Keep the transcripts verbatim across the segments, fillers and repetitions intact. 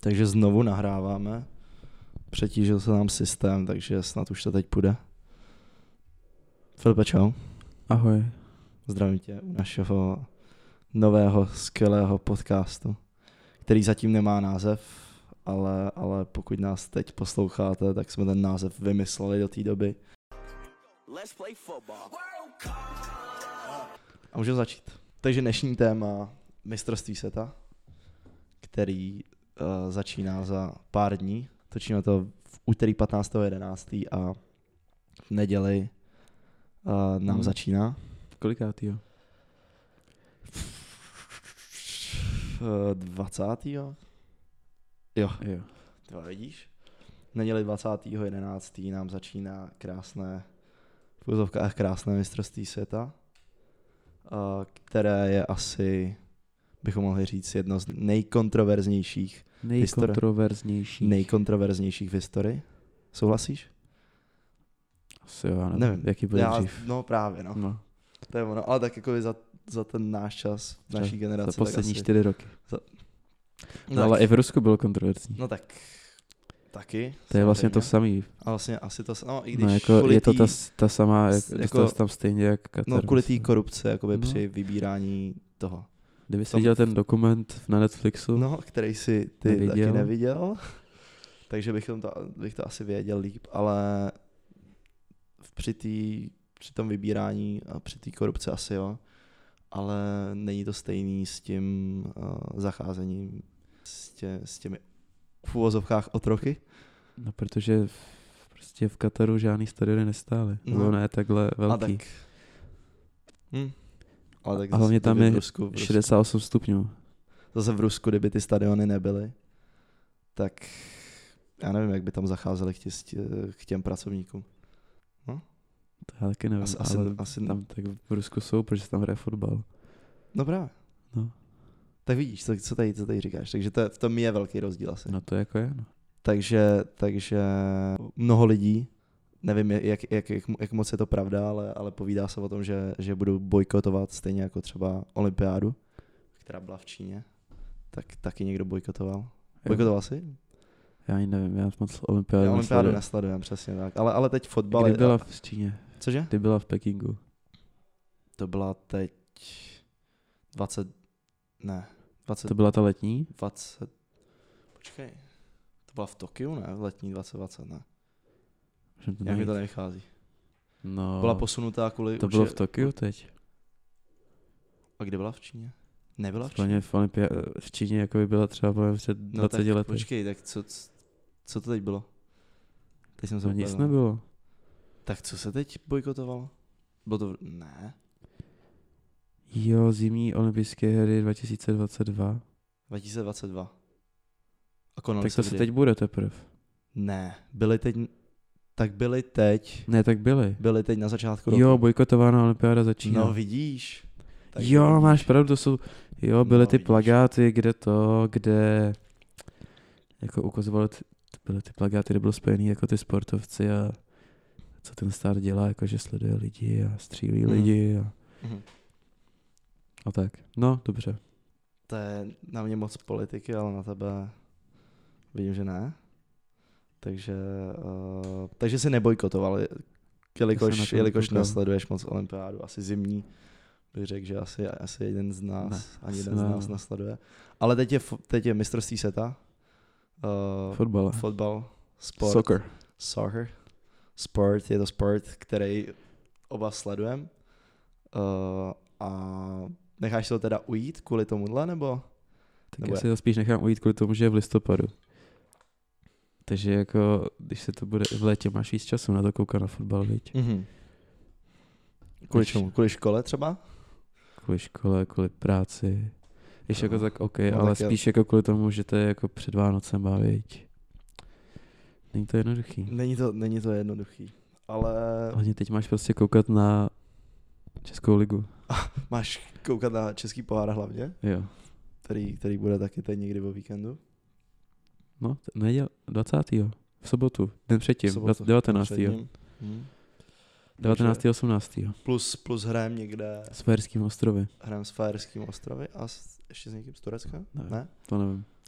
Takže znovu nahráváme. Přetížil se nám systém, takže snad už to teď půjde. Filipe, čau. Ahoj. Zdravím tě u našeho nového, skvělého podcastu, který zatím nemá název, ale, ale pokud nás teď posloucháte, tak jsme ten název vymysleli do té doby. A můžeme začít. Takže dnešní téma mistrovství světa, který uh, začíná za pár dní. Točíme to v úterý patnáctého jedenáctého a v neděli uh, nám hmm. začíná. Kolikátýho? dvacátého Jo. Jo. To vidíš? V neděli dvacátého jedenáctého nám začíná krásné, v úzovkách krásné mistrovství světa, uh, které je asi, bychom mohli říct, jedno z nejkontroverznějších Nejkontroverznějších. nejkontroverznějších v historii. Souhlasíš? Asi jo, já nevím. Nevím. Jaký byl Já, dřív. no právě, no. no. To je ono, ale tak jako za, za ten náš čas, naší generace. Za poslední tak asi, čtyři roky. Za, no, ale i v Rusku bylo kontroverzní. No tak taky. To je vlastně to samý. A vlastně asi to, no i když no, jako je to ta, ta samá, jak, jako, dostal tam stejně jak Katar. No kvůli té korupce, jakoby no. při vybírání toho. Kdyby jsi viděl ten dokument na Netflixu. No, který si ty neviděl. taky neviděl. Takže bych to, bych to asi věděl líp, ale při, tý, při tom vybírání a při té korupci asi jo, ale není to stejný s tím uh, zacházením s, tě, s těmi v uvozovkách otroky. No, protože v, prostě v Kataru žádný stadiony nestály. No. Bylo ne takhle velký. A tak, hm. Ale tak a hlavně tam je v Rusku, v Rusku. šedesát osm stupňů. Zase v Rusku, kdyby ty stadiony nebyly, tak já nevím, jak by tam zacházeli k, tě, k těm pracovníkům. No? To já taky nevím, asi, asi, ale asi tam tak v Rusku jsou, protože tam hraje fotbal. No právě. No. Tak vidíš, co, co, tady, co tady říkáš. Takže to, v tom je velký rozdíl asi. No to jako je, no. Takže, takže mnoho lidí, nevím, jak, jak, jak, jak moc je to pravda, ale, ale povídá se o tom, že, že budou bojkotovat stejně jako třeba olympiádu, která byla v Číně. Tak taky někdo bojkotoval. Bojkotoval jsi? Já ani nevím, já moc olympiádu Já olympiádu nesledujem, přesně tak. Ale, ale teď fotbal... Kdy byla v Číně? Cože? Kdy byla v Pekingu? To byla teď dvacet... Ne. dvacet, to byla ta letní? dvacet... Počkej. To byla v Tokiu, ne? V letní dvacet dvacet, ne? Jak mi to nevychází. No, byla posunutá kvůli... To bylo v Tokiu teď. A kde byla v Číně? Nebyla v Číně? V, Olympia- v Číně jako by byla třeba před dvaceti no, lety. Počkej, tak co, co to teď bylo? Teď jsem se no nic nebylo. Tak co se teď bojkotovalo? Bylo to... Ne. Jo, zimní olympijské hry dva tisíce dvacet dva. dva tisíce dvacet dva. A konali tak to se kdy? teď bude teprve. Ne, byly teď... Tak byly teď... Ne, tak byly. Byly teď na začátku roku. Jo, bojkotovaná olympiáda začíná. No vidíš. Tak jo, vidíš. Máš pravdu, to jsou... Jo, byly no, ty vidíš. Plagáty, kde to, kde... Jako ukazovali, ty, byly ty plagáty, kde bylo spojený jako ty sportovci a co ten stát dělá, jako že sleduje lidi a střílí mm. lidi a... Mm. A tak. No, dobře. To je na mě moc politiky, ale na tebe vidím, že ne. Takže, uh, takže si nebojkotoval, jelikož, jelikož nesleduješ moc olympiádu, asi zimní, bych řekl, že asi, asi jeden z nás, ne, ani jeden ne. z nás nesleduje. Ale teď je, teď je mistrovství světa. Uh, Fotbal. Fotbal, sport. Soccer. Soccer. Sport, je to sport, který oba sledujeme. Uh, a necháš se to teda ujít kvůli tomuhle, nebo? Tak nebo já si to spíš nechám ujít kvůli tomu, že je v listopadu. Takže jako, když se to bude v létě, máš víc času na to koukat na fotbal, viď? Mm-hmm. Kvůli čemu? Kvůli škole třeba? Kvůli škole, kvůli práci. Když no. jako tak OK, no, ale tak spíš je... jako kvůli tomu, že to je jako před Vánocem a viď? Není to jednoduchý. Není to, není to jednoduchý, ale... Hlavně teď máš prostě koukat na Českou ligu. Máš koukat na Český pohár hlavně? Jo. Který, který bude taky teď někdy o víkendu? No, neděl, dvacátého V sobotu, den předtím, sobotu, devatenáctého Hmm. devatenáctého osmnáctého Plus, plus hrajem někde... S Fajerským ostrovy. Hrajem s Fajerským ostrovy a s, ještě s někým z Turecka? Ne, ne? To nevím.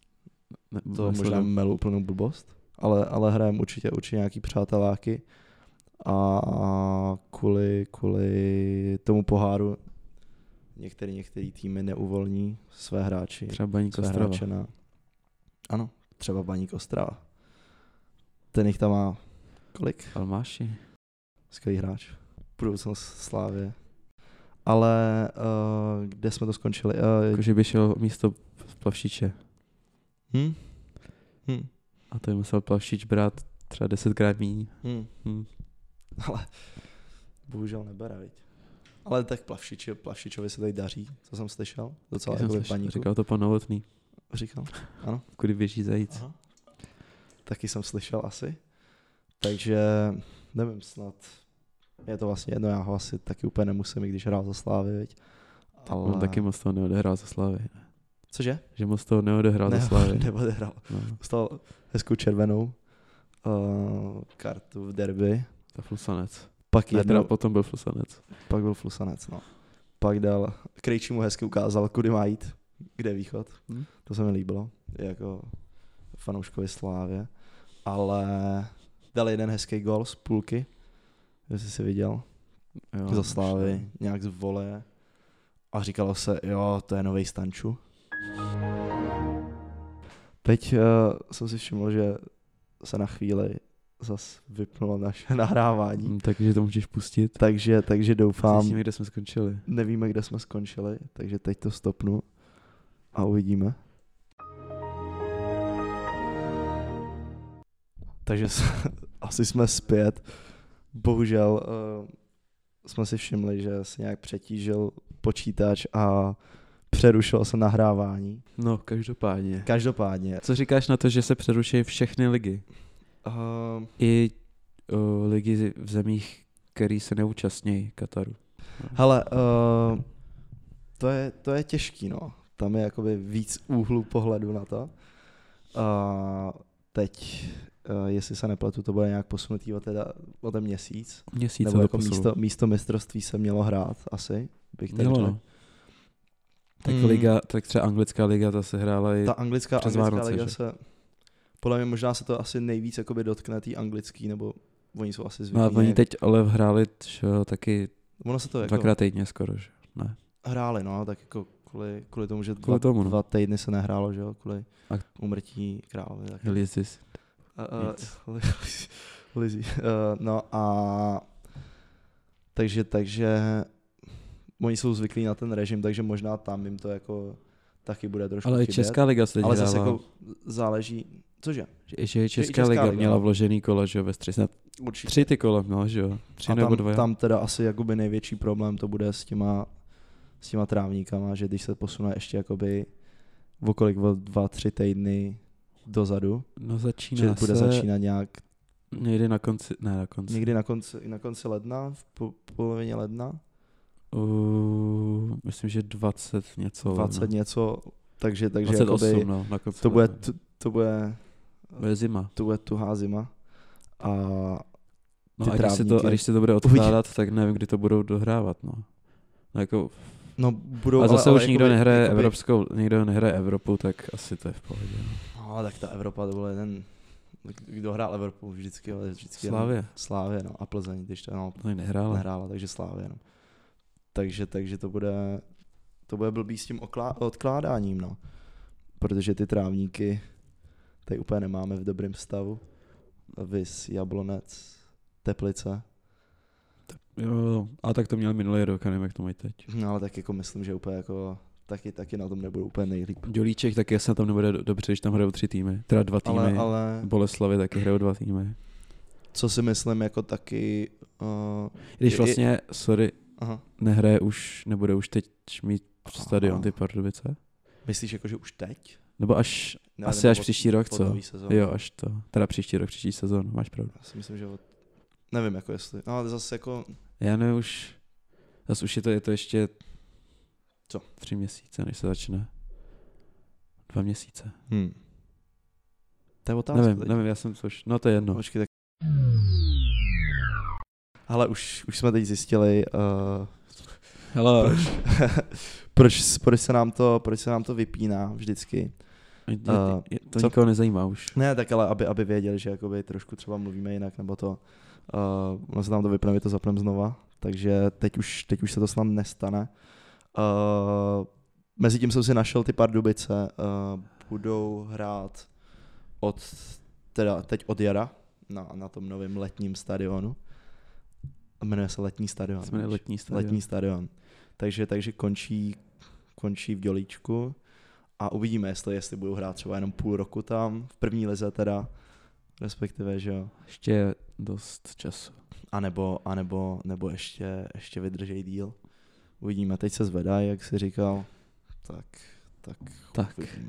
Ne, to možná melu úplnou blbost, ale, ale hrajeme určitě, určitě nějaký přáteláky a kvůli, kvůli tomu poháru některý, některý týmy neuvolní své hráči. Třeba Baník Ostrava. Na, ano, třeba Baník Ostrava. Ten jich tam má kolik? Almáši. Skvělý hráč. Budoucnost Slávě. Ale uh, kde jsme to skončili? Uh, Jakože by šel místo Plavšiče. Hm? Hm. A to je musel Plavšič brát třeba desetkrát míň. Hm. Hm. Ale bohužel nebere, viď. Ale tak Plavšič, Plavšičovi se tady daří, co jsem slyšel. Docela jako paníku. Říkal to pan Novotný. Říkal? Ano. Kudy běží zajíc. Aha. Taky jsem slyšel asi. Takže nevím, snad je to vlastně jedno, já ho asi taky úplně nemusím, i když hrál za Slávy, viď. Ale... On taky moc toho neodehrál za Slávy. Ne? Cože? Že moc toho neodehrál ne, za Slávy. Neodehrál. No. Dostal hezkou červenou uh, kartu v derby. To Flusanec. Pak ne, jednou... potom byl Flusanec. Pak byl Flusanec, no. Pak dal, Krejčí mu hezky ukázal, kudy má jít, kde je východ. Hmm. To se mi líbilo, jako fanouškovi Slávě. Ale dal jeden hezký gol z půlky, jestli jsi viděl, jo, za Slávy, ne. Nějak z voleje. A říkalo se, jo, to je novej Stanču. Teď uh, jsem si všiml, že se na chvíli zas vypnulo naše nahrávání. Hmm, takže to můžeš pustit. Takže, takže doufám. Zjistíme, kde jsme skončili. Nevíme, kde jsme skončili, takže teď to stopnu a uvidíme. Takže asi jsme zpět. Bohužel uh, jsme si všimli, že se nějak přetížil počítač a přerušilo se nahrávání. No, každopádně. Každopádně. Co říkáš na to, že se přeruší všechny ligy? Uh, I uh, ligy v zemích, který se neúčastní Kataru. No. Hele, uh, to, je, to je těžký, no. Tam je jakoby víc úhlů pohledu na to. Uh, teď, uh, jestli se nepletu, to bude nějak posunutý o, teda, o ten měsíc. Měsíc. Nebo jako místo, místo mistrovství se mělo hrát, asi. Bych tak mělo, no. Tak hmm. liga, tak třeba anglická liga, ta se hrála i Ta anglická, přes anglická Vánoce, liga že? se, podle mě možná se to asi nejvíc jakoby dotkne tý anglický, nebo oni jsou asi zvyklí. No, oni teď ale hráli že, taky ono se to jako dvakrát týdně skoro, že? Ne. Hráli, no, tak jako kvůli, kvůli tomu, že kvůli dva, tomu, no. dva týdny se nehrálo, že jo, kvůli A... umrtí královy. Lizis. Uh, uh, Lizzy. Uh, no a takže, takže oni jsou zvyklí na ten režim, takže možná tam jim to jako taky bude trošku ale chybět. i Česká liga se teď ale hrála. zase jako záleží, cože? Že, že Česká, Česká liga, liga měla no. vložený kola, že jo, ve stři. Určitě. Tři ty kola měla, že jo? Tři a nebo tam, dva. tam teda asi jakoby největší problém to bude s těma, s těma trávníkama, že když se posune ještě jakoby o kolik, o dva, tři týdny dozadu, no začíná že bude se začínat nějak někdy na konci, ne na konci. někdy na konci, na konci ledna, v po, polovině ledna. Uh, myslím, že dvacet něco. dvacet no. něco, takže, takže dvacet osm, jakoby, no, na konci to bude, ledna. to, to bude, bude zima. to bude tuhá zima. A No a když, se to, a když se to bude odkládat, tak nevím, kdy to budou dohrávat, no. No jako no budou, a zase ale, už ale nikdo jakoby, nehraje jakoby, evropskou, nikdo nehraje Evropu, tak asi to je v pohodě. No. No, tak ta Evropa to byl jeden, kdo hrál Evropu vždycky, ale vždycky Slávě. Slávě, no, a Plzeň, když to no, no nehrála. nehrála, takže Slávě, no. Takže, takže to bude, to bude blbý s tím oklá, odkládáním, no. Protože ty trávníky tady úplně nemáme v dobrém stavu. Vys, Jablonec, Teplice. Jo, a tak to měl minulý rok, a nevím, jak to mají teď. No ale tak jako myslím, že úplně jako taky, taky na tom nebudou úplně nejlíp. Dělíček taky asi na tom nebude dobře, když tam hrajou tři týmy, teda dva týmy. Ale, ale Boleslavy taky hrajou dva týmy. co si myslím jako taky... Uh, Když je, vlastně, je, sorry, aha. nehraje už, nebude už teď mít stadion ty Pardubice? Myslíš jako, že už teď? Nebo až, ne, asi nebo až od, příští rok, co? Jo, až to. Teda příští rok, příští sezónu, máš pravdu. Já si myslím, že od, nevím jako jestli, no ale zase jako... Já ne už, zase už je to, je to ještě co? Tři měsíce, než se začne. Dva měsíce. Hmm. To je otázka. Nevím, teď. nevím, já jsem což, no to je jedno. Počkej, tak... Hele, už, už jsme teď zjistili, uh, Hele. proč, proč, proč, se nám to, proč se nám to vypíná vždycky. Je, uh, je, to co? Nikoho nezajímá už. Ne, tak ale aby, aby věděli, že jakoby trošku třeba mluvíme jinak, nebo to, uh, ono se tam to vypne, to zapneme znova, takže teď už, teď už se to snad nestane. Uh, Mezitím jsem si našel ty Pardubice, uh, budou hrát od, teda teď od jara na, na tom novém letním stadionu. Jmenuje se letní stadion. Jmenuje letní stadion. Letní stadion. Takže, takže končí, končí v Dělíčku a uvidíme, jestli, jestli budou hrát třeba jenom půl roku tam, v první lize teda, respektive, že jo. Ještě dost času. A nebo, a nebo, nebo ještě, ještě vydržej díl. Uvidíme, teď se zvedají, jak jsi říkal. Tak, tak, tak. uvidíme.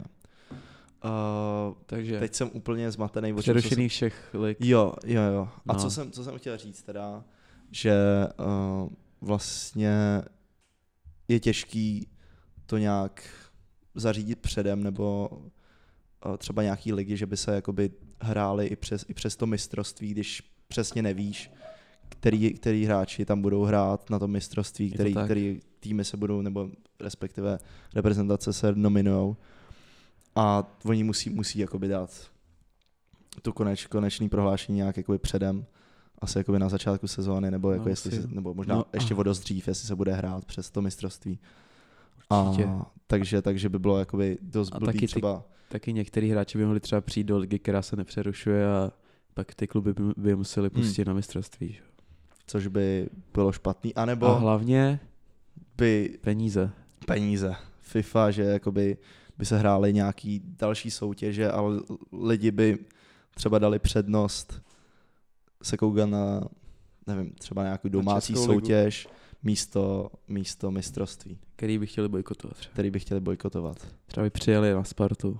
Uh, Takže teď jsem úplně zmatený. Přerušený jsem... všech lig. Jo, jo, jo. A no. co, jsem, co jsem chtěl říct teda, že uh, vlastně je těžký to nějak zařídit předem, nebo uh, třeba nějaký ligy, že by se jakoby hrály i přes, i přes to mistrovství, když přesně nevíš, který, který hráči tam budou hrát na tom mistrovství, který, který týmy se budou, nebo respektive reprezentace se nominujou. A oni musí, musí jakoby dát tu koneč, konečný prohlášení nějak jakoby předem, asi jakoby na začátku sezóny, nebo, jako no, jestli se, nebo možná no, ještě o dost dřív, jestli se bude hrát přes to mistrovství. A, takže, takže by bylo jakoby dost blbý taky třeba... Ty, taky některý hráči by mohli třeba přijít do ligy, která se nepřerušuje a pak ty kluby by, by museli pustit hmm. na mistrovství. Že? Což by bylo špatný, anebo... A hlavně by... peníze. Peníze. FIFA, že jakoby by se hrály nějaký další soutěže, ale lidi by třeba dali přednost se koukat na, nevím, třeba nějakou domácí soutěž místo, místo mistrovství. Který by chtěli bojkotovat. Třeba. Který by chtěli bojkotovat. Třeba by přijeli na Spartu.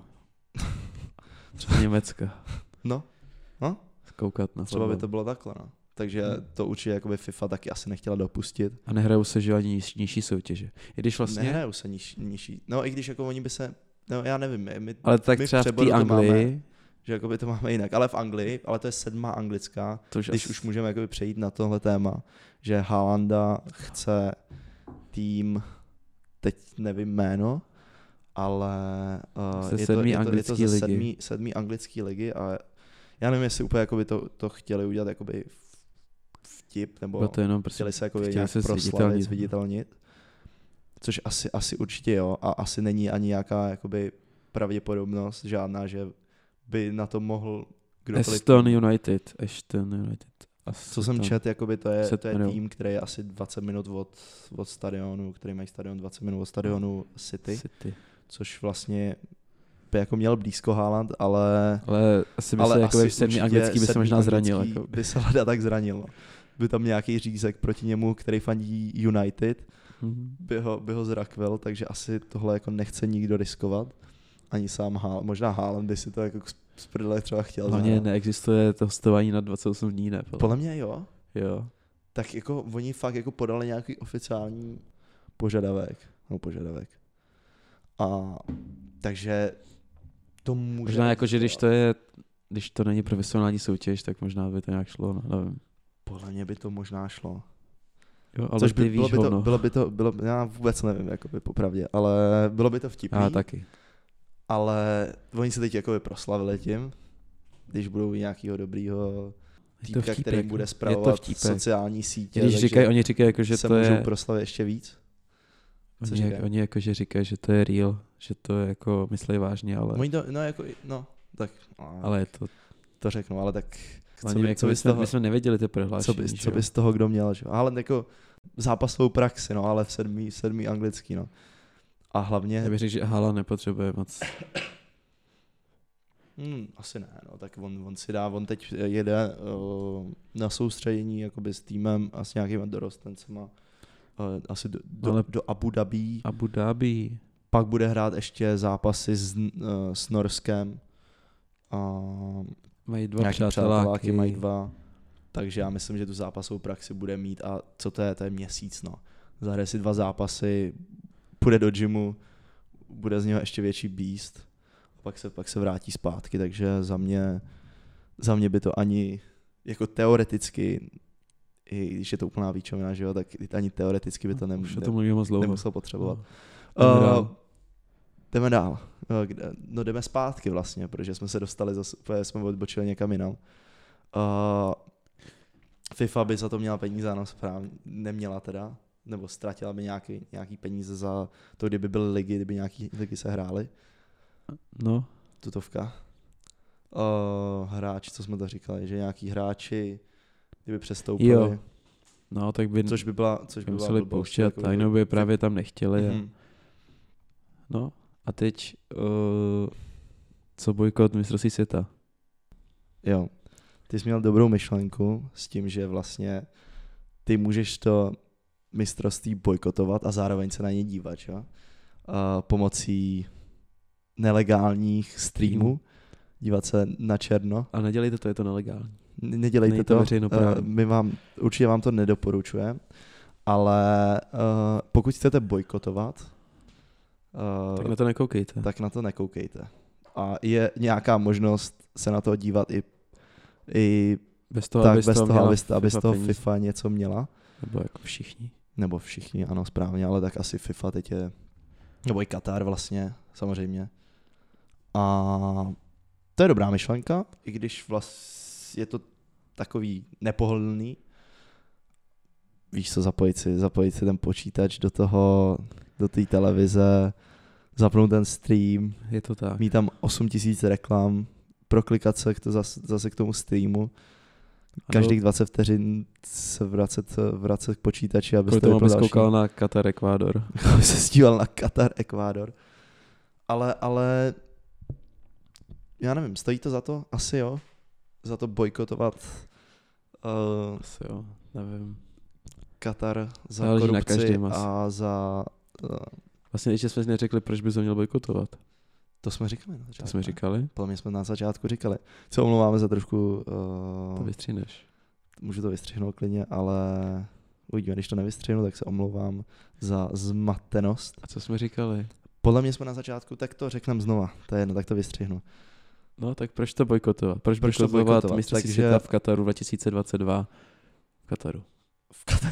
Třeba Německa. No, no. Koukat na třeba by to bylo takhle, no. Takže hmm. to určitě jakoby FIFA taky asi nechtěla dopustit. A nehrajou se, že ani niž, nižší soutěže. I když vlastně... Nehrajou se niž, nižší. No i když jako oni by se... No já nevím. My, ale tak my třeba v té Anglii... Máme, že jakoby to máme jinak. Ale v Anglii, ale to je sedmá anglická, už když as... už můžeme jakoby přejít na tohle téma, že Haalanda chce tým, teď nevím jméno, ale uh, je, to, je, to, je to ze sedmý, sedmý anglický ligy a já nevím, jestli úplně jakoby to, to chtěli udělat jakoby vtip, nebo to jenom chtěli se jakoby nějak proslavit, zviditelnit. Což asi, asi určitě jo a asi není ani nějaká jakoby pravděpodobnost žádná, že by na to mohl kdokoliv... Aston United. Aston United. Asi co jsem čet, jakoby to je, to je tým, který je asi dvacet minut od, od stadionu, který mají stadion dvacet minut od stadionu City, City. Což vlastně by jako měl blízko Haaland, ale... Ale asi by ale se jako v sedmi anglický by se možná zranil. Jako. By se hledá tak zranil. By tam nějaký řízek proti němu, který fandí United, mm-hmm. by, ho, by ho zrakvel, takže asi tohle jako nechce nikdo riskovat. Ani sám Haaland, možná Haaland by si to jako z prdele třeba chtěl. Hlavně neexistuje to hostování na dvacet osm dní, ne? Podle mě jo. Jo. Tak jako oni fakt jako podali nějaký oficiální požadavek. No požadavek. A takže to může... Možná jako, že když to je, když to není profesionální soutěž, tak možná by to nějak šlo, no, nevím. Podle mě by to možná šlo. Jo, ale což by, by, bylo, by to, bylo by to, bylo, já vůbec nevím, jakoby popravdě, ale bylo by to vtipný. Já taky. Ale oni se teď jakoby proslavili tím, když budou nějakého dobrýho týpka, který bude spravovat sociální sítě. Když říkají, oni říkají, jako, že se to můžou je... proslavit ještě víc. Co oni, jak, oni jako, že říkají, že to je real, že to je jako myslí vážně, ale... Oni to, no jako, no, tak... No, ale je to... To řeknu, ale tak... Co by, jako co by z toho, my jsme nevěděli ty prohlášení. Co by, co by z toho kdo měl, že? Ale jako zápasovou praxi, no, ale v sedmý, sedmý anglický, no. A hlavně... Já bych řekl, že Haaland nepotřebuje moc. Hmm, asi ne, no, tak on, on si dá, on teď jede uh, na soustředění jakoby s týmem a s nějakýma dorostencema uh, asi do, do, do Abu Dhabi. Abu Dhabi. Pak bude hrát ještě zápasy s, uh, s Norskem. Uh, mají dva přáteláky. Mají dva. Takže já myslím, že tu zápasovou praxi bude mít a co to je, to je měsíc, no. Zahraje si dva zápasy, půjde do gymu, bude z něho ještě větší beast. Pak se, pak se vrátí zpátky, takže za mě, za mě by to ani jako teoreticky, i když je to úplná výčovina, že jo, tak ani teoreticky by to, nem, to moc nemusel potřebovat. No. Uh, jdeme dál. No jdeme zpátky vlastně, protože jsme se dostali zase, jsme odbočili někam jinam. Uh, FIFA by za to měla peníze, ano, správně, neměla teda, nebo ztratila by nějaký, nějaký peníze za to, kdyby byly ligy, kdyby nějaký ligy se hrály. No. Tutovka. Uh, hráči, co jsme to říkali, že nějaký hráči, kdyby přestoupili. Jo. No, tak by, což by byla, což by museli byla pouštět, jako tak by právě tam nechtěli. Mm-hmm. A... No, a teď, uh, co bojkot mistrovství světa? Jo. Ty jsi měl dobrou myšlenku s tím, že vlastně ty můžeš to mistrovství bojkotovat a zároveň se na ně dívat, jo? Uh, pomocí nelegálních streamů, dívat se na černo. A nedělejte to, je to nelegální. Nedělejte Nejde to, veřejnoprávní. uh, my vám, určitě vám to nedoporučujeme, ale uh, pokud chcete bojkotovat, uh, tak na to nekoukejte. Tak na to nekoukejte. A je nějaká možnost se na to dívat i, i bez toho, tak, aby bez toho, toho, aby, FIFA aby z toho peníze. FIFA něco měla. Nebo jako všichni. Nebo všichni, ano, správně, ale tak asi FIFA teď je, nebo i Katar vlastně, samozřejmě. A to je dobrá myšlenka, i když vlastně je to takový nepohodlný. Víš co, zapojit si, zapojit si ten počítač do toho, do té televize, zapnout ten stream, je to tak. Mít tam osm tisíc reklam, proklikat se to zase, zase k tomu streamu, každých dvacet vteřin se vracet, vracet k počítači, aby kvůli tomu, abys koukal na Katar Ekvádor. Aby se stíval na Katar Ekvádor. Ale, ale já nevím, stojí to za to? Asi jo. Za to bojkotovat uh, asi jo, nevím. Katar za Záleží korupci a za... Uh, vlastně ještě jsme neřekli, proč bys ho měl bojkotovat. To jsme říkali na začátku. To jsme říkali? Podle mě jsme na začátku říkali. Co omlouváme za trošku... Uh, to vystříneš. Můžu to vystřihnout klidně, ale uvidíme, když to nevystřihnu, tak se omlouvám za zmatenost. A co jsme říkali? Podle mě jsme na začátku, tak to řekneme znova. To je jedno, tak to vystřihnu. No tak proč to bojkotovat? Proč, proč bojkotovat, bojkotovat mistrovství takže... světa v Kataru dva tisíce dvacet dva? V Kataru. V Kataru.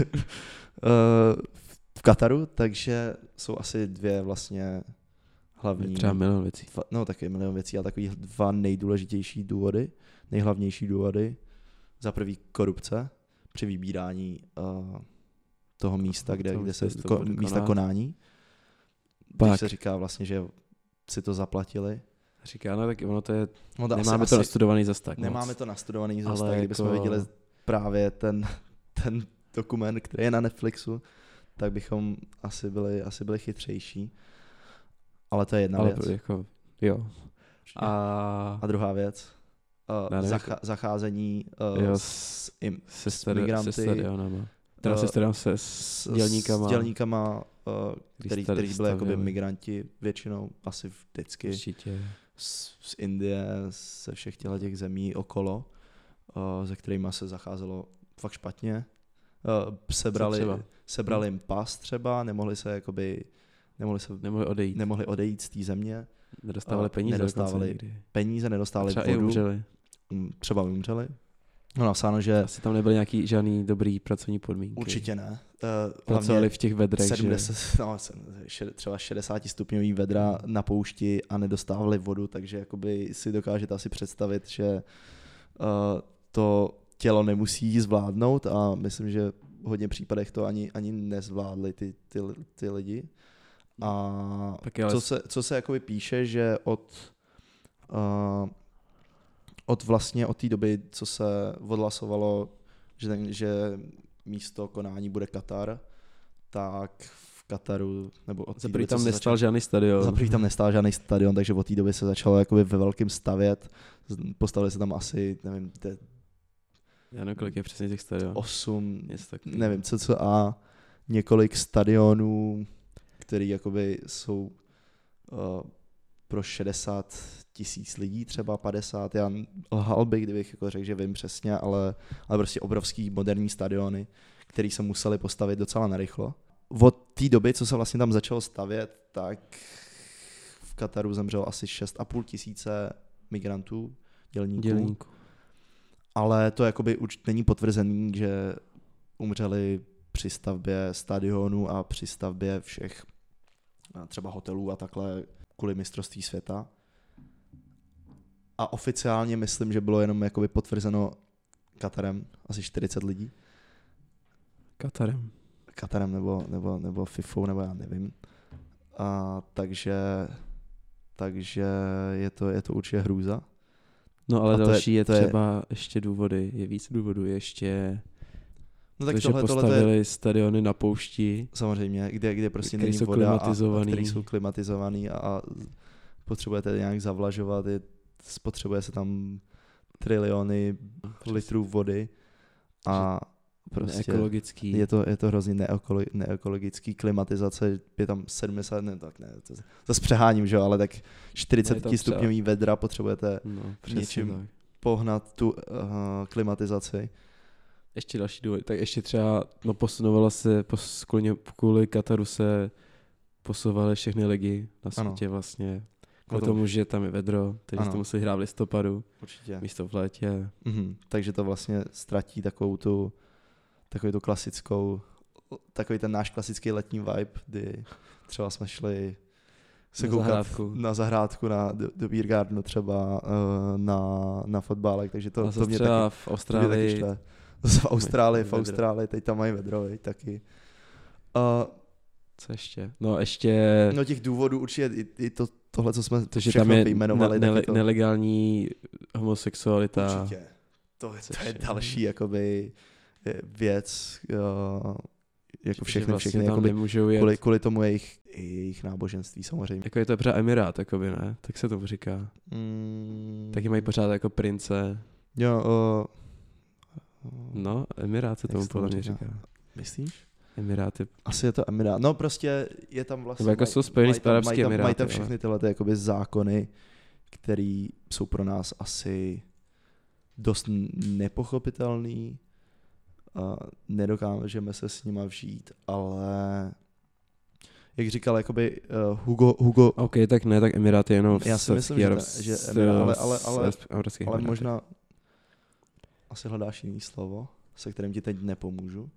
v Kataru, takže jsou asi dvě vlastně hlavní... Třeba milion věcí. Dva, no taky milion věcí, ale takový dva nejdůležitější důvody, nejhlavnější důvody. Za prvý korupce při vybírání uh, toho místa, kde, kde se ko, místa konání. Pak se říká vlastně, že si to zaplatili. Říká, no tak ono to je, no to nemáme asi, to nastudovaný zas tak Nemáme moc. to nastudovaný zas ale tak, kdybychom jako... viděli právě ten, ten dokument, který je na Netflixu, tak bychom asi byli, asi byli chytřejší. Ale to je jedna ale věc. Jako, jo. A... A druhá věc, uh, ne, zacha- zacházení uh, jo, s, im, se, s stadi- migranty. se stadionama. Teda uh, se stadion se s dělníkama. S dělníkama, uh, který, který byli jakoby migranti většinou, asi vždycky. Určitě. Z, z Indie, ze všech těchto těch zemí okolo, uh, se kterými se zacházelo fakt špatně. Uh, sebrali, sebrali jim pas třeba, nemohli se jakoby, nemohli, se, nemohli odejít. Nemohli odejít z té země. Nedostávali peníze. Nedostávali peníze, nedostávali třeba vodu. I umřeli. Třeba umřeli. No napsáno, že... Asi tam nebyly nějaký žádný dobrý pracovní podmínky. Určitě ne. Uh, Pracovali v těch vedrech, sedmdesát, že? No, třeba šedesát stupňový vedra na poušti a nedostávali vodu, takže jakoby si dokážete asi představit, že uh, to tělo nemusí zvládnout a myslím, že v hodně případech to ani, ani nezvládli ty, ty, ty lidi. A co se, co se jakoby píše, že od... Uh, od vlastně od té doby, co se odhlasovalo, že, ten, že místo konání bude Katar, tak v Kataru, nebo od té doby, tam nestál začal, žádný stadion. Zaprý tam nestál žádný stadion, takže od té doby se začalo jakoby ve velkým stavět. Postavili se tam asi, nevím, te, já nevím, kolik je přesně těch stadionů. osm, nevím, cca několik stadionů, které jakoby jsou uh, pro šedesát tisíc lidí, třeba padesát, já lhal bych, kdybych jako řekl, že vím přesně, ale, ale prostě obrovský moderní stadiony, které se museli postavit docela narychlo. Od té doby, co se vlastně tam začalo stavět, tak v Kataru zemřelo asi šest a půl tisíce migrantů, dělníků. dělníků. Ale to jakoby už není potvrzený, že umřeli při stavbě stadionu a při stavbě všech třeba hotelů a takhle kvůli mistrovství světa. A oficiálně myslím, že bylo jenom jakoby potvrzeno Katarem asi čtyřicet lidí. Katarem. Katarem nebo, nebo, nebo FIFou, nebo já nevím. A takže, takže je to, je to určitě hrůza. No ale a další je, je, je třeba je... ještě důvody, je víc důvodů, ještě no tak to, tohle, že postavili tohle je... stadiony na poušti. Samozřejmě, kde, kde prostě není jsou voda a, a který jsou klimatizovaný a, a potřebujete nějak zavlažovat, je, spotřebuje se tam triliony litrů vody a prostě neekologický. Je to, je to hrozně neekolo, neekologický, klimatizace, je tam sedmdesát, ne, tak ne, to zase přeháním, že jo, ale tak čtyřicet stupňový vedra potřebujete no, něčím tak. pohnat tu uh, klimatizaci. Ještě další důvod, tak ještě třeba, no posunovala se, pos, kvůli, kvůli Kataru se posouvaly všechny ligy na světě ano. vlastně. Kvůli tomu, že tam je vedro, takže to museli hrát v listopadu. Určitě. Místo v létě. Mhm, takže to vlastně ztratí takovou tu, takovou tu klasickou, takový ten náš klasický letní vibe, kdy třeba jsme šli se na koukat zahrádku. na zahrádku, na, do, do Beer Gardenu třeba, uh, na, na fotbálek, takže to, a to mě třeba taky, v Austrálii. To mě taky v Austrálii, v Austrálii, teď tam mají vedro, veď, taky. Uh, Co ještě? No ještě... No těch důvodů určitě i, i to, tohle, co jsme to, že všechno tam je vyjmenovali. Ne, ne, to... nelegální homosexualita. Určitě. To, to je další jakoby věc, jo, jako všechny, vlastně všechny jakoby, jet... kvůli, kvůli tomu jejich, jejich náboženství samozřejmě. Jako je to pořád Emirát, jakoby, ne? Tak se tomu říká. Mm. Taky mají pořád jako prince. Jo, o... No, Emirát se tomu podle mě říká. Myslíš? Emiráty. Asi je to Emirát. No prostě je tam vlastně... Nebo jako jsou spojený s Arabskými Emiráty. Mají tam všechny tyhle jakoby zákony, které jsou pro nás asi dost nepochopitelný. A nedokážeme se s nima vžít, ale jak říkal jakoby uh, Hugo, Hugo... OK, tak ne, tak Emiráty jenom... Já si myslím, že, ta, že Emirát, ale, ale, ale, ale možná asi hledáš jiný slovo, se kterým ti teď nepomůžu.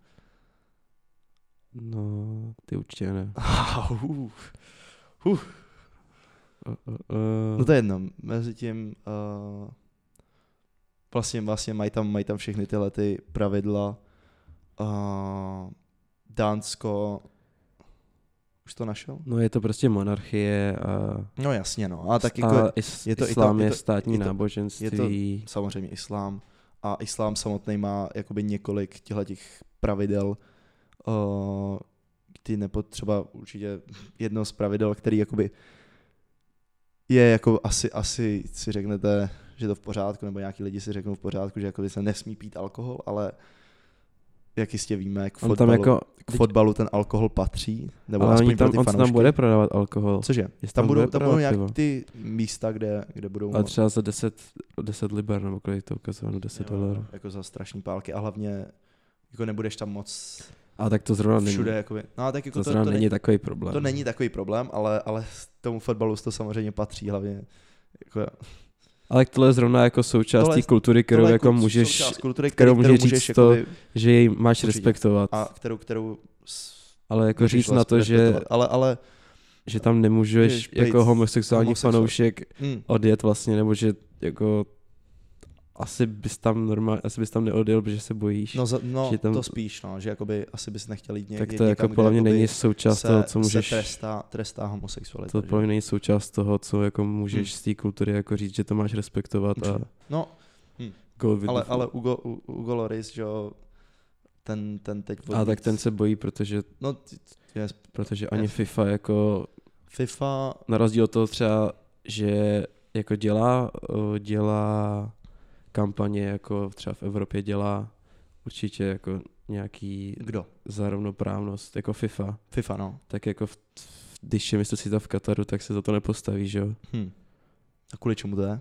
No, ty určitě ne. uh, uh. Uh, uh, uh. No to je jedno, mezi tím uh, vlastně, vlastně mají tam, mají tam všechny tyhle ty pravidla. Uh, Dánsko, už to našel? No je to prostě monarchie a... No jasně no, a tak a jako is, je to islám je, je to, státní je to, náboženství. Je to samozřejmě islám a islám samotný má jakoby několik těch pravidel, uh, ty nepotřeba určitě jedno z pravidel, který jakoby je jako asi, asi si řeknete, že to v pořádku, nebo nějaký lidi si řeknou v pořádku, že jako se nesmí pít alkohol, ale jak jistě víme, k fotbalu, jako, k fotbalu ten alkohol patří, nebo ale aspoň tam, pro ty on fanoušky. tam bude prodávat alkohol. Cože? Tam, tam budou, tam budou nějak ty místa, kde, kde budou... Ale třeba za deset liber, nebo kolik to ukazováno, deset dolarů. Jako za strašný pálky a hlavně jako nebudeš tam moc... A tak to zrovna všude, není. Jakoby, no, tak jako to, to, zrovna to není není takový problém. To není takový problém, ale, ale tomu fotbalu to samozřejmě patří hlavně. Jako, ale tohle je zrovna jako součást té kultury, kterou jako kult, můžeš, kultury, kterou, kterou můžeš můžeš říct to, jakoby, že jej máš určitě. respektovat. A kterou, kterou ale jako říct na to, že, ale, ale, že tam nemůžeš jako homosexuální homosexuál. fanoušek hmm. odjet vlastně, nebo že jako asi bys tam normálně, asi bys tam neodjel, protože se bojíš. No, za, no že tam, to spíš, no, že jakoby asi bys nechtěl jít někam, tak to jako podle mě není součást se, toho, co můžeš... Se trestá, trestá homosexualita. To podle mě není součást toho, co jako můžeš hmm. z té kultury jako říct, že to máš respektovat a... No, hm. ale, ale Ugo, Ugo Loris, že jo, ten, ten teď... A tak ten se bojí, protože... No, yes, protože ani yes. FIFA jako... FIFA... Na rozdíl od toho třeba, že jako dělá, dělá kampaně, jako třeba v Evropě dělá určitě jako nějaký... Kdo? Za rovnoprávnost, jako FIFA. FIFA, no. Tak jako v, když je mistrovství v Kataru, tak se za to nepostaví, že jo? Hm. A kvůli čemu to je?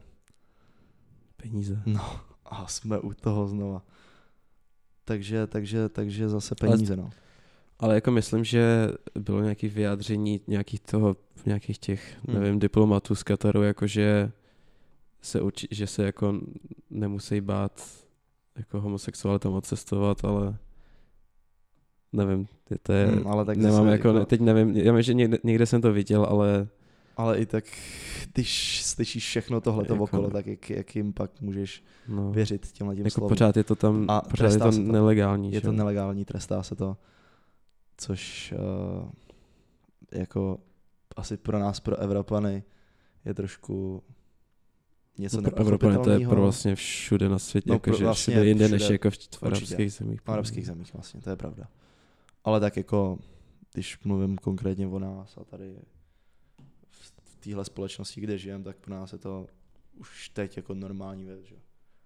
Peníze. No, a jsme u toho znova. Takže, takže, takže zase peníze, ale, no. Ale jako myslím, že bylo nějaké vyjádření nějakých toho, nějakých těch, hmm. nevím, diplomatů z Kataru, jakože se uči, že se jako nemusí bát jako homosexuálům tam odcestovat, ale nevím, to je, hmm, ale tak nemám zase jako, jako- ne, teď nevím, já vím, že někde, někde jsem to viděl, ale Ale i tak, když slyšíš všechno tohleto Jako okolo, ne. tak jak, jak jim pak můžeš no, věřit těmhle tím jako slovům. pořád je to tam, A pořád je trestá to se to. nelegální, Je že to jo? nelegální, trestá se to, což uh, jako asi pro nás, pro Evropany, je trošku něco No pro Evropany to je nepochopitelného. pro vlastně všude na světě, No no, pro jakože vlastně všude jinde všude, než jako v, v určitě. arabských zemích. V arabských zemích vlastně, to je pravda. Ale tak jako, když mluvím konkrétně o nás a tady v, v téhle společnosti, kde žijem, tak pro nás je to už teď jako normální věc, že?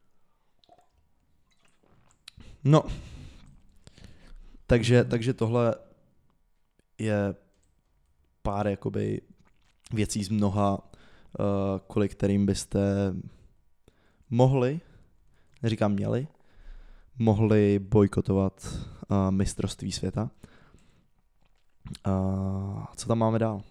No, takže, takže tohle je pár jakoby věcí z mnoha, uh, kvůli kterým byste mohli, neříkám měli, mohli bojkotovat uh, mistrovství světa. Uh, co tam máme dál?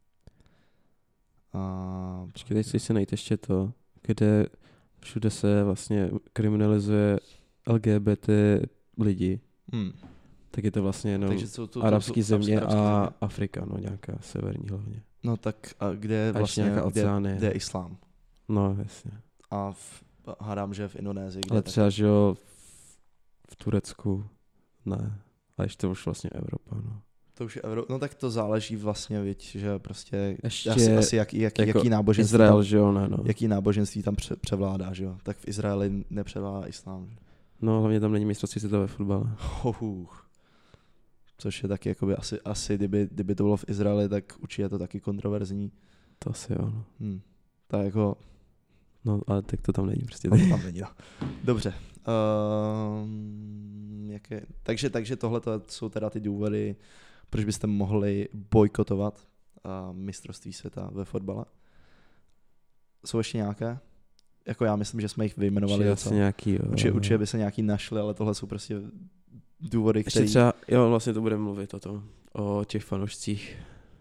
Uh, Počkej, teď si si najít ještě to, kde všude se vlastně kriminalizuje L G B T lidi, hmm. tak je to vlastně jenom Takže jsou to, to, arabský to, země arabský a země. Afrika, no nějaká severní hlavně. No tak a kde je A ještě vlastně, nějaká kde, Oceánie. kde je islám? No jasně. A v, hádám, že v Indonésii. Kde Ale je taky- třeba, že jo, v Turecku ne, ale ještě to už vlastně Evropa, no. To už je Evro... No tak to záleží vlastně, viď, že prostě Ještě asi, asi jaký, jaký, jako jaký náboženství Izrael, tam, že jo, ne, no. jaký náboženství tam pře- převládá, že jo. Tak v Izraeli nepřevládá islám. Že? No, hlavně tam není mistrovství světa ve fotbale. Hohuch. Což je taky jakoby asi, asi kdyby, kdyby to bylo v Izraeli, tak určitě je to taky kontroverzní. To asi jo, no. Hm. Tak jako, No, ale tak to tam není prostě. to tam není, no. Dobře. Um, jaké... Takže, takže tohle jsou teda ty důvody, proč byste mohli bojkotovat uh, mistrovství světa ve fotbale. Jsou ještě nějaké? Jako já myslím, že jsme jich vyjmenovali. Určitě docela. asi nějaký, jo. Určitě, určitě by se nějaký našli, ale tohle jsou prostě důvody, Ještě které... třeba, jo, vlastně to budeme mluvit o tom, o těch fanoušcích,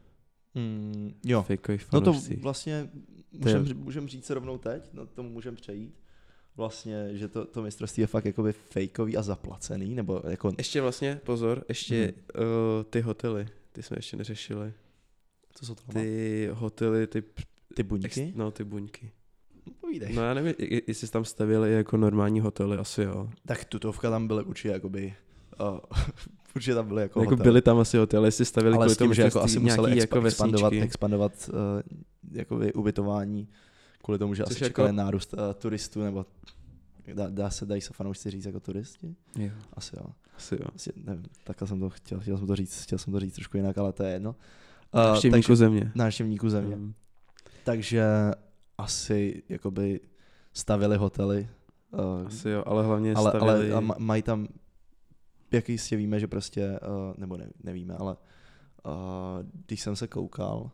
Mm, jo, fejkových no to fanoušcích. vlastně můžeme můžem říct rovnou teď, no tomu můžeme přejít. Vlastně, že to, to mistrovství je fakt jakoby fejkový a zaplacený, nebo jako... Ještě vlastně, pozor, ještě Hmm. uh, ty hotely, ty jsme ještě neřešili. Co jsou to? Ty, Ty hotely, ty, ty buňky? ex, no ty buňky. Povídej. No já nevím, i- jestli jsi tam stavili jako normální hotely, asi jo. Tak tutovka tam byly určitě jakoby... Uh, určitě tam byly jako, Jako hotel. byly tam asi hotely, jestli stavili Ale kvůli s tím, tomu, že jako asi mistrovství museli nějaký expa- jako expandovat, vesničky. expandovat uh, jakoby ubytování kvůli tomu, že Což asi jako- čekali nárůst uh, turistů, nebo dá, dá se, dají se fanoušci říct jako turisti? Jo, Asi jo. asi jo. Asi, nevím, takhle jsem to chtěl, chtěl jsem to říct, chtěl jsem to říct trošku jinak, ale to je jedno. Uh, Návštěvníků takže, země. návštěvníků země. Mm. Takže asi jakoby stavili hotely. Uh, Asi jo, ale hlavně ale, stavili... ale a ma- mají tam, jak jistě víme, že prostě, uh, nebo ne, nevíme, ale uh, když jsem se koukal,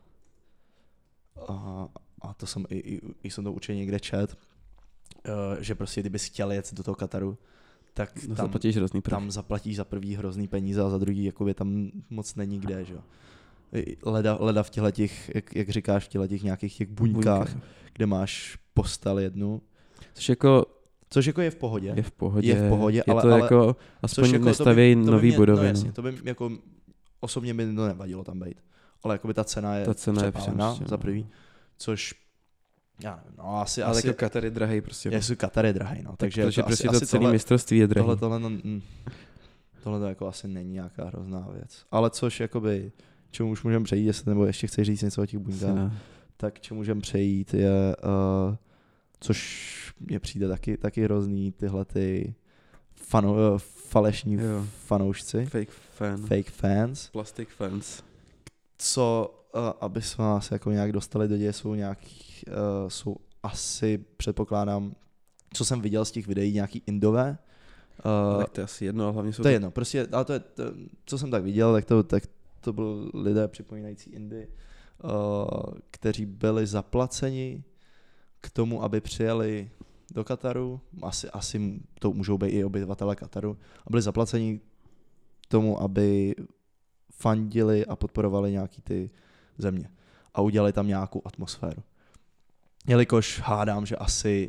uh, a to jsem i, i, i jsem to určitě někde čet, uh, že prostě kdybys chtěl jet do toho Kataru, tak No, tam, zaplatíš hrozný prach. tam zaplatíš za prvý hrozný peníze a za druhý jakoby tam moc není kde, že jo. Leda, leda v těchto těch, jak, jak říkáš, v těchto těch nějakých těch buňkách, Buňka. kde máš postel jednu, Což jako což jako je v pohodě. je v pohodě. Je v pohodě, je ale- to ale- jako, aspoň jako nestavějí to by, to by nový mě, budovy. No No jasně, to by jako osobně mi to nevadilo tam být. Ale jakoby ta cena je Ta cena je přepálená příště, za no. prvý, což já nevím, no asi, ale asi, jako Katar je drahý prostě. já jsou Katar je drahý, no, takže, Takže to prostě asi, to asi celé tohle, mistrovství je drahý. tohle, tohle, no, mm, tohle to jako asi není nějaká hrozná věc. Ale což jakoby, čemu už můžeme přejít, jestli, nebo ještě chceš říct něco o těch buňkách, tak čemu můžeme přejít je, uh, což mně přijde taky, taky hrozný, tyhle ty fano, uh, falešní Jo. fanoušci, Fake fan. fake fans, Plastic fans. co, uh, aby jsme vás jako nějak dostali do děje, jsou nějaký, uh, jsou asi, předpokládám, co jsem viděl z těch videí, nějaký Indové. Uh, Tak to je asi jedno, ale hlavně jsou to je jedno, prostě, ale to je, to, co jsem tak viděl, tak to, tak to byli lidé připomínající Indy, uh, kteří byli zaplaceni k tomu, aby přijeli do Kataru, asi, asi to můžou být i obyvatele Kataru, a byli zaplaceni k tomu, aby fandili a podporovali nějaký ty země a udělali tam nějakou atmosféru. Jelikož hádám, že asi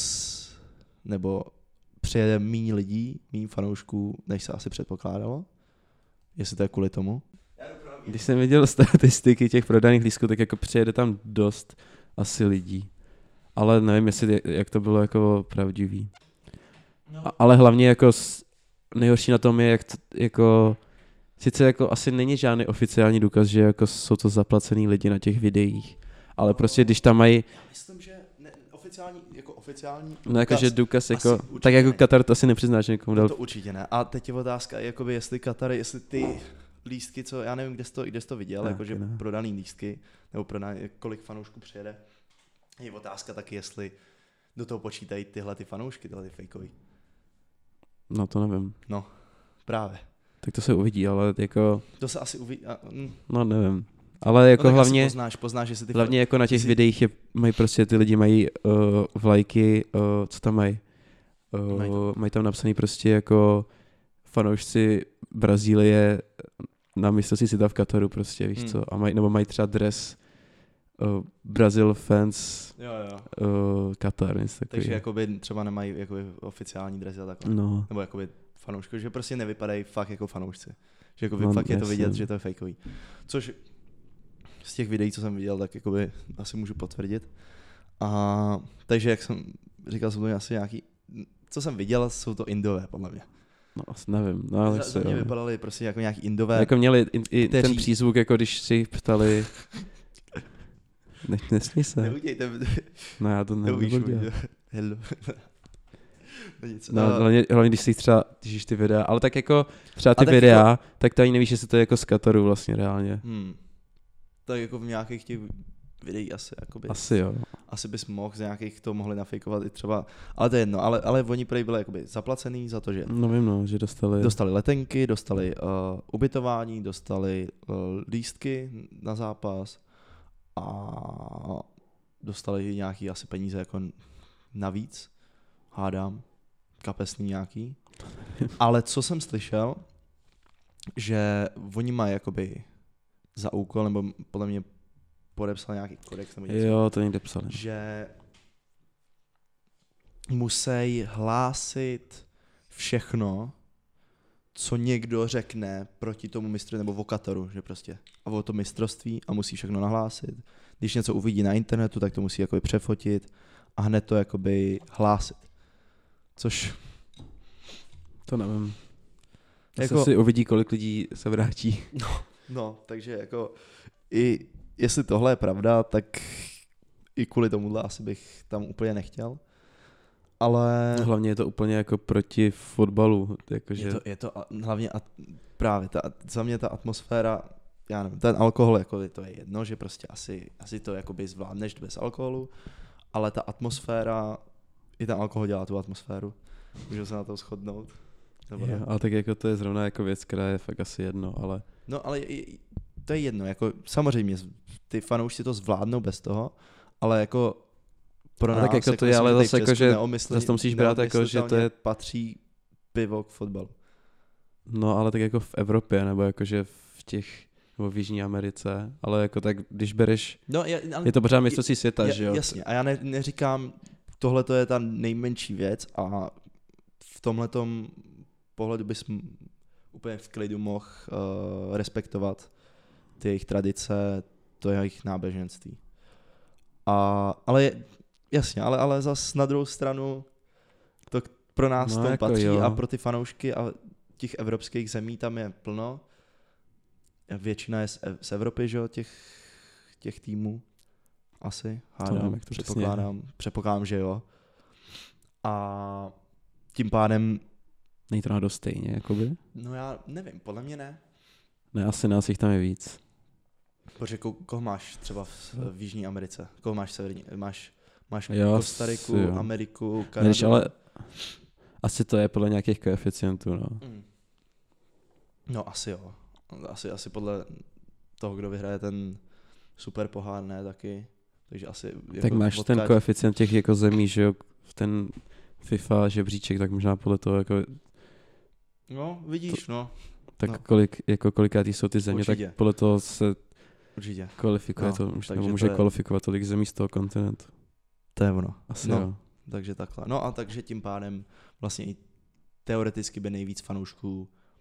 moc, nebo přijede méně lidí, méně fanoušků, než se asi předpokládalo, Jestli to je kvůli tomu? Když jsem viděl statistiky těch prodaných lístků, tak jako přijede tam dost asi lidí. Ale nevím, jestli jak to bylo jako pravdivý. No. A, ale hlavně jako s, nejhorší na tom je, jak to, jako sice jako asi není žádný oficiální důkaz, že jako jsou to zaplacený lidi na těch videích, ale prostě když tam mají... Já myslím, že ne, oficiální, jako oficiální důkaz... No jakože důkaz jako... určitě Tak jako ne. Katar to asi nepřiznáš někomu dal. No to určitě ne. A teď je otázka, jakoby jestli Katar, jestli ty lístky, co já nevím, kde jsi to, kde jsi to viděl, Ne, jakože ne. prodaný lístky, nebo prodaný, kolik fanoušků přijede. Je otázka taky, jestli do toho počítají tyhle ty fanoušky, tyhle ty fejkový. No to nevím. No, právě. Tak to se uvidí, ale jako... To se asi uvidí. Mm. No nevím. Ale jako No, hlavně... poznáš, poznáš, jestli ty Hlavně jako na těch jsi- videích je, mají prostě ty lidi mají uh, vlajky, uh, co tam mají? Uh, Mají mají, mají tam napsaný prostě jako fanoušci Brazílie na mistrovství světa v Kataru prostě, víš Hmm. co? A mají, nebo mají třeba dres uh, Brazil fans Jo, jo. uh, Katar, něco takového. Takže jakoby třeba nemají jakoby oficiální dresy a takhle. No, Nebo jakoby fanoušky, že prostě nevypadají fakt jako fanoušci. Že jakoby No, fakt je to jasně. vidět, že to je fejkový. Což z těch videí, co jsem viděl, tak jakoby asi můžu potvrdit. A takže jak jsem říkal, jsou to asi nějaký, co jsem viděl, jsou to Indové, podle mě. no asi nevím. No, ale Za, se, za mě jo. vypadali prostě jako nějaký Indové. Jako měli i, i ten kteří- přízvuk, jako když si jich ptali... Ne, nesmí se. Neudějte, No já to ne, neuvíš, nebudu dělat. hello. No nic. No, A- hlavně, hlavně, když si třeba, když ty videa, ale tak jako třeba ty A tak videa, jako- tak to ani nevíš, jestli to je jako z Kataru vlastně reálně. Hmm. Tak jako v nějakých těch videí asi, jakoby, Asi jo. asi bys mohl z nějakých to mohli nafejkovat i třeba, ale to je jedno, ale, ale oni prej byli jakoby zaplacený za to, že No vím no, že dostali. dostali letenky, dostali uh, ubytování, dostali uh, lístky na zápas a dostali nějaký asi peníze jako navíc, hádám, kapesný nějaký. Ale co jsem slyšel, že oni mají jakoby za úkol, nebo podle mě podepsal nějaký kodex, nebo něco, Jo, to někde psali. že musí hlásit všechno, co někdo řekne proti tomu mistru nebo o Kataru, že prostě a o to mistrovství a musí všechno nahlásit. Když něco uvidí na internetu, tak to musí jakoby přefotit a hned to jakoby hlásit. Což To nevím. Jako... Jako- si uvidí, kolik lidí se vrátí. no, takže jako i jestli tohle je pravda, tak i kvůli tomuhle asi bych tam úplně nechtěl. Ale Hlavně je to úplně jako proti fotbalu. Jakože... je to, je to a- hlavně a, právě ta, za mě ta atmosféra, já nevím, ten alkohol, jako to je jedno, že prostě asi, asi to jakoby zvládneš bez alkoholu, ale ta atmosféra, i ten alkohol dělá tu atmosféru. Můžeme se na to shodnout. Nebo ne? Jo, ale tak jako to je zrovna jako věc, která je fakt asi jedno, ale... No ale je- je- to je jedno, jako samozřejmě ty fanoušci to zvládnou bez toho, ale jako pro A nás, tak jako to je, myslím, ale tady zase v jako, Česku že neomyslně- zase to musíš brát jako, že to je- neomyslitelně patří pivo k fotbalu. No ale tak jako v Evropě, nebo jakože v těch, nebo v Jižní Americe, ale jako tak, když bereš, No, je, ale je to pořád mistrovství světa, je, že jo? Jasně, a já ne, neříkám, tohle to je ta nejmenší věc a v tomhletom pohledu bys m- úplně v klidu mohl uh, respektovat ty jejich tradice, to je jejich náboženství. A, ale je- jasně, ale, ale zas na druhou stranu to k- pro nás No, to jako patří jo. a pro ty fanoušky a těch evropských zemí tam je plno. Většina je z, Ev- z Evropy, že jo, těch, těch týmů. Asi, hádám, nevím, jak to přesně je. předpokládám, předpokládám, že jo. A tím pádem, Není to náhodou stejně, jakoby? no já nevím, podle mě ne. Ne, asi nás jich tam je víc. Protože ko, koho máš třeba v, v Jižní Americe? Koho máš v Severní? Máš, máš Jo, Kostariku, asi jo. Ameriku, Kanadu. Než, ale asi to je podle nějakých koeficientů, no. Mm. No asi jo. Asi, asi podle toho, kdo vyhraje ten super pohár, ne taky. Takže asi jako Tak máš ten odkáč- koeficient těch jako zemí, že jo, v ten FIFA žebříček, tak možná podle toho, jako, No, vidíš, no. tak No. kolik, jako kolikátý jsou ty země, Určitě. tak podle toho se Určitě. kvalifikuje No, to, už, takže nebo to může je- kvalifikovat tolik zemí z toho kontinentu. To je ono. Asi No. jo. Takže takhle. No a takže tím pádem vlastně i teoreticky by nejvíc fanoušků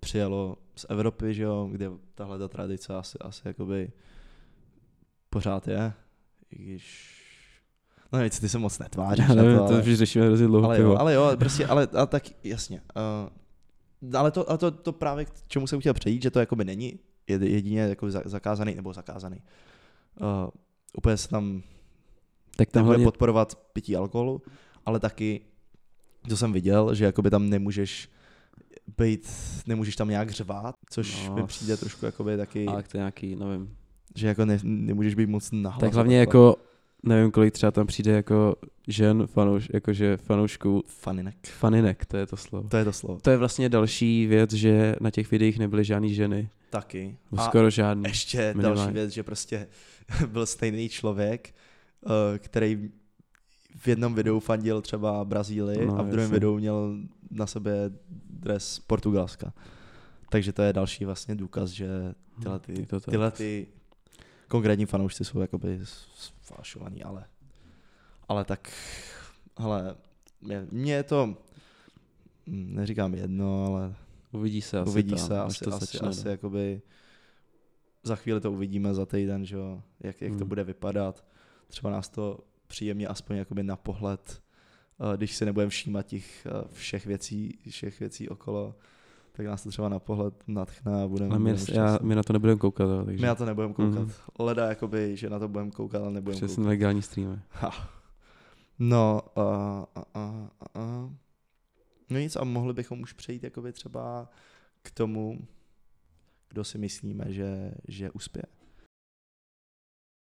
přijelo z Evropy, že jo, kde tahle ta tradice asi, asi jakoby pořád je, i když, no nevím, ty se moc netváříš. Já nevím, to, ale, to už řešíme hrozně dlouho. ale, jo, ale jo, prostě, ale, ale tak jasně. Uh, ale to, a to, to právě k čemu jsem chtěl přejít, že to jakoby není jedině jako zakázaný nebo zakázaný. Uh, úplně se tam tak tam nebude hlavně... podporovat pití alkoholu, ale taky, to jsem viděl, že jakoby tam nemůžeš být, nemůžeš tam nějak řvát, což no, mi přijde trošku jakoby taky... Ale to je nějaký, nevím. Že jako ne, nemůžeš být moc nahlas. Tak hlavně jako, nevím, kolik třeba tam přijde jako žen, fanouš, jakože fanoušků. Faninek. Faninek, to je to slovo. To je to slovo. To je vlastně další věc, že na těch videích nebyly žádný ženy. Taky. A skoro žádný. Ještě minimálně. Další věc, že prostě byl stejný člověk, který v jednom videu fandil třeba Brazílii no, a v druhém videu měl na sebe dres Portugalska. Takže to je další vlastně důkaz, že tyhle ty, tyhle ty konkrétní fanoušci jsou jakoby sfalšovaný, ale, ale tak, hele, mě, mě je to, neříkám jedno, ale uvidí se asi, uvidí tam, se asi, to asi, začne, asi jakoby, za chvíli to uvidíme za týden, že jo, jak, jak hmm. to bude vypadat. Třeba nás to příjemně aspoň jakoby na pohled, když si nebudeme všímat těch všech věcí, všech věcí okolo, tak nás to třeba na pohled natchne a budeme... A my, já, my na to nebudeme koukat. Jo, takže... My na to nebudeme koukat. Mm-hmm. Leda jakoby, že na to budeme koukat, ale nebudeme koukat. Přesně legální streamy. Ha. No, uh, uh, uh, uh. no nic a mohli bychom už přejít jakoby třeba k tomu, kdo si myslíme, že, že uspěje.